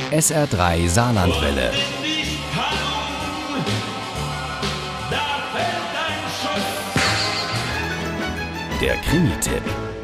SR3 Saarlandwelle. Der Krimi-Tipp.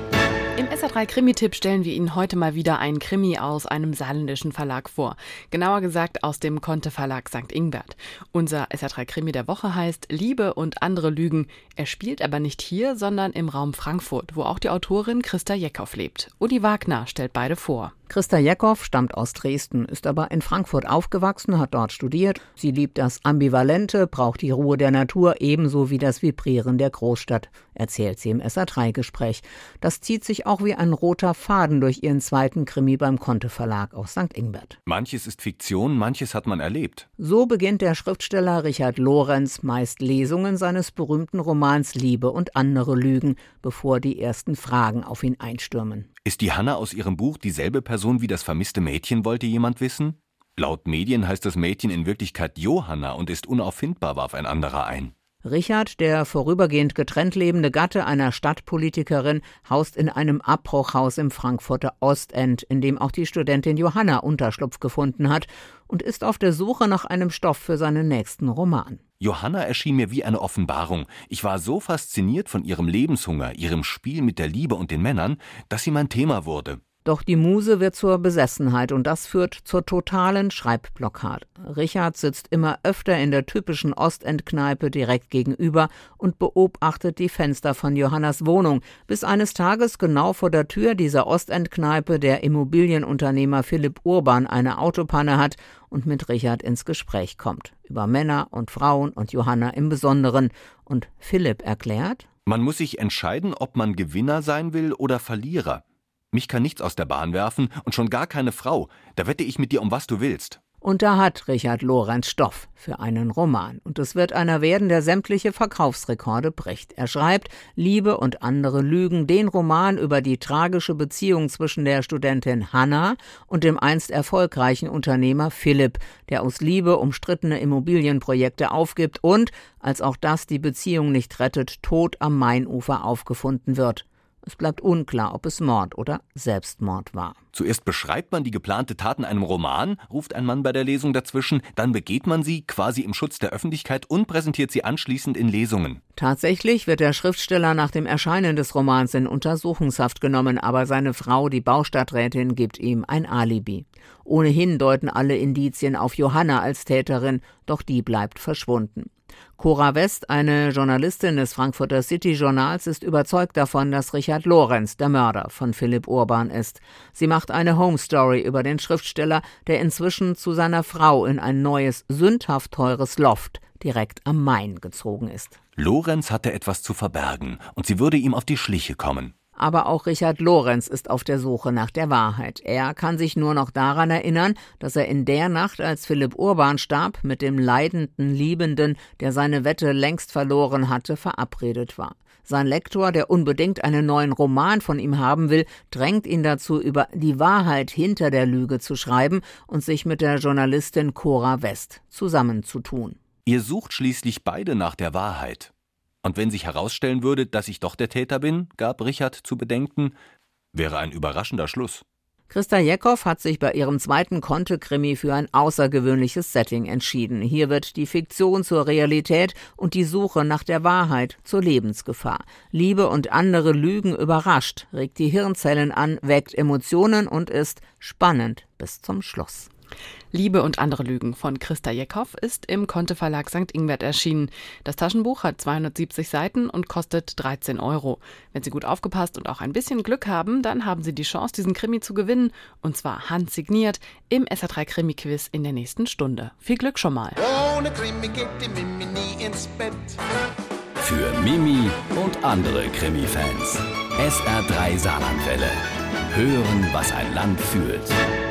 Im SR3 Krimi-Tipp stellen wir Ihnen heute mal wieder einen Krimi aus einem saarländischen Verlag vor. Genauer gesagt aus dem Conte Verlag St. Ingbert. Unser SR3 Krimi der Woche heißt Liebe und andere Lügen. Er spielt aber nicht hier, sondern im Raum Frankfurt, wo auch die Autorin Christa Jeckhoff lebt. Uli Wagner stellt beide vor. Christa Jeckhoff stammt aus Dresden, ist aber in Frankfurt aufgewachsen, hat dort studiert. Sie liebt das Ambivalente, braucht die Ruhe der Natur ebenso wie das Vibrieren der Großstadt, erzählt sie im SR3-Gespräch. Das zieht sich auch wie ein roter Faden durch ihren zweiten Krimi beim Conte Verlag aus St. Ingbert. Manches ist Fiktion, manches hat man erlebt. So beginnt der Schriftsteller Richard Lorenz meist Lesungen seines berühmten Romans Liebe und andere Lügen, bevor die ersten Fragen auf ihn einstürmen. Ist die Hanna aus ihrem Buch dieselbe Person wie das vermisste Mädchen, wollte jemand wissen? Laut Medien heißt das Mädchen in Wirklichkeit Johanna und ist unauffindbar, warf ein anderer ein. Richard, der vorübergehend getrennt lebende Gatte einer Stadtpolitikerin, haust in einem Abbruchhaus im Frankfurter Ostend, in dem auch die Studentin Johanna Unterschlupf gefunden hat, und ist auf der Suche nach einem Stoff für seinen nächsten Roman. Johanna erschien mir wie eine Offenbarung. Ich war so fasziniert von ihrem Lebenshunger, ihrem Spiel mit der Liebe und den Männern, dass sie mein Thema wurde. Doch die Muse wird zur Besessenheit und das führt zur totalen Schreibblockade. Richard sitzt immer öfter in der typischen Ostendkneipe direkt gegenüber und beobachtet die Fenster von Johannas Wohnung, bis eines Tages genau vor der Tür dieser Ostendkneipe der Immobilienunternehmer Philipp Urban eine Autopanne hat und mit Richard ins Gespräch kommt. Über Männer und Frauen und Johanna im Besonderen. Und Philipp erklärt: Man muss sich entscheiden, ob man Gewinner sein will oder Verlierer. Mich kann nichts aus der Bahn werfen und schon gar keine Frau. Da wette ich mit dir um was du willst. Und da hat Richard Lorenz Stoff für einen Roman. Und es wird einer werden, der sämtliche Verkaufsrekorde bricht. Er schreibt Liebe und andere Lügen, den Roman über die tragische Beziehung zwischen der Studentin Hanna und dem einst erfolgreichen Unternehmer Philipp, der aus Liebe umstrittene Immobilienprojekte aufgibt und, als auch das die Beziehung nicht rettet, tot am Mainufer aufgefunden wird. Es bleibt unklar, ob es Mord oder Selbstmord war. Zuerst beschreibt man die geplante Tat in einem Roman, ruft ein Mann bei der Lesung dazwischen, dann begeht man sie quasi im Schutz der Öffentlichkeit und präsentiert sie anschließend in Lesungen. Tatsächlich wird der Schriftsteller nach dem Erscheinen des Romans in Untersuchungshaft genommen, aber seine Frau, die Baustadträtin, gibt ihm ein Alibi. Ohnehin deuten alle Indizien auf Johanna als Täterin, doch die bleibt verschwunden. Cora West, eine Journalistin des Frankfurter City-Journals, ist überzeugt davon, dass Richard Lorenz der Mörder von Philipp Urban ist. Sie macht eine Home-Story über den Schriftsteller, der inzwischen zu seiner Frau in ein neues, sündhaft teures Loft direkt am Main gezogen ist. Lorenz hatte etwas zu verbergen und sie würde ihm auf die Schliche kommen. Aber auch Richard Lorenz ist auf der Suche nach der Wahrheit. Er kann sich nur noch daran erinnern, dass er in der Nacht, als Philipp Urban starb, mit dem leidenden Liebenden, der seine Wette längst verloren hatte, verabredet war. Sein Lektor, der unbedingt einen neuen Roman von ihm haben will, drängt ihn dazu, über die Wahrheit hinter der Lüge zu schreiben und sich mit der Journalistin Cora West zusammenzutun. Ihr sucht schließlich beide nach der Wahrheit. Und wenn sich herausstellen würde, dass ich doch der Täter bin, gab Richard zu bedenken, wäre ein überraschender Schluss. Christa Jeckhoff hat sich bei ihrem zweiten Conte-Krimi für ein außergewöhnliches Setting entschieden. Hier wird die Fiktion zur Realität und die Suche nach der Wahrheit zur Lebensgefahr. Liebe und andere Lügen überrascht, regt die Hirnzellen an, weckt Emotionen und ist spannend bis zum Schluss. Liebe und andere Lügen von Christa Jeckhoff ist im Conte Verlag St. Ingbert erschienen. Das Taschenbuch hat 270 Seiten und kostet 13 €. Wenn Sie gut aufgepasst und auch ein bisschen Glück haben, dann haben Sie die Chance, diesen Krimi zu gewinnen. Und zwar handsigniert im SR3 Krimi-Quiz in der nächsten Stunde. Viel Glück schon mal. Ohne Krimi geht die Mimi nie ins Bett. Für Mimi und andere Krimi-Fans. SR3 Saarlandwelle. Hören, was ein Land fühlt.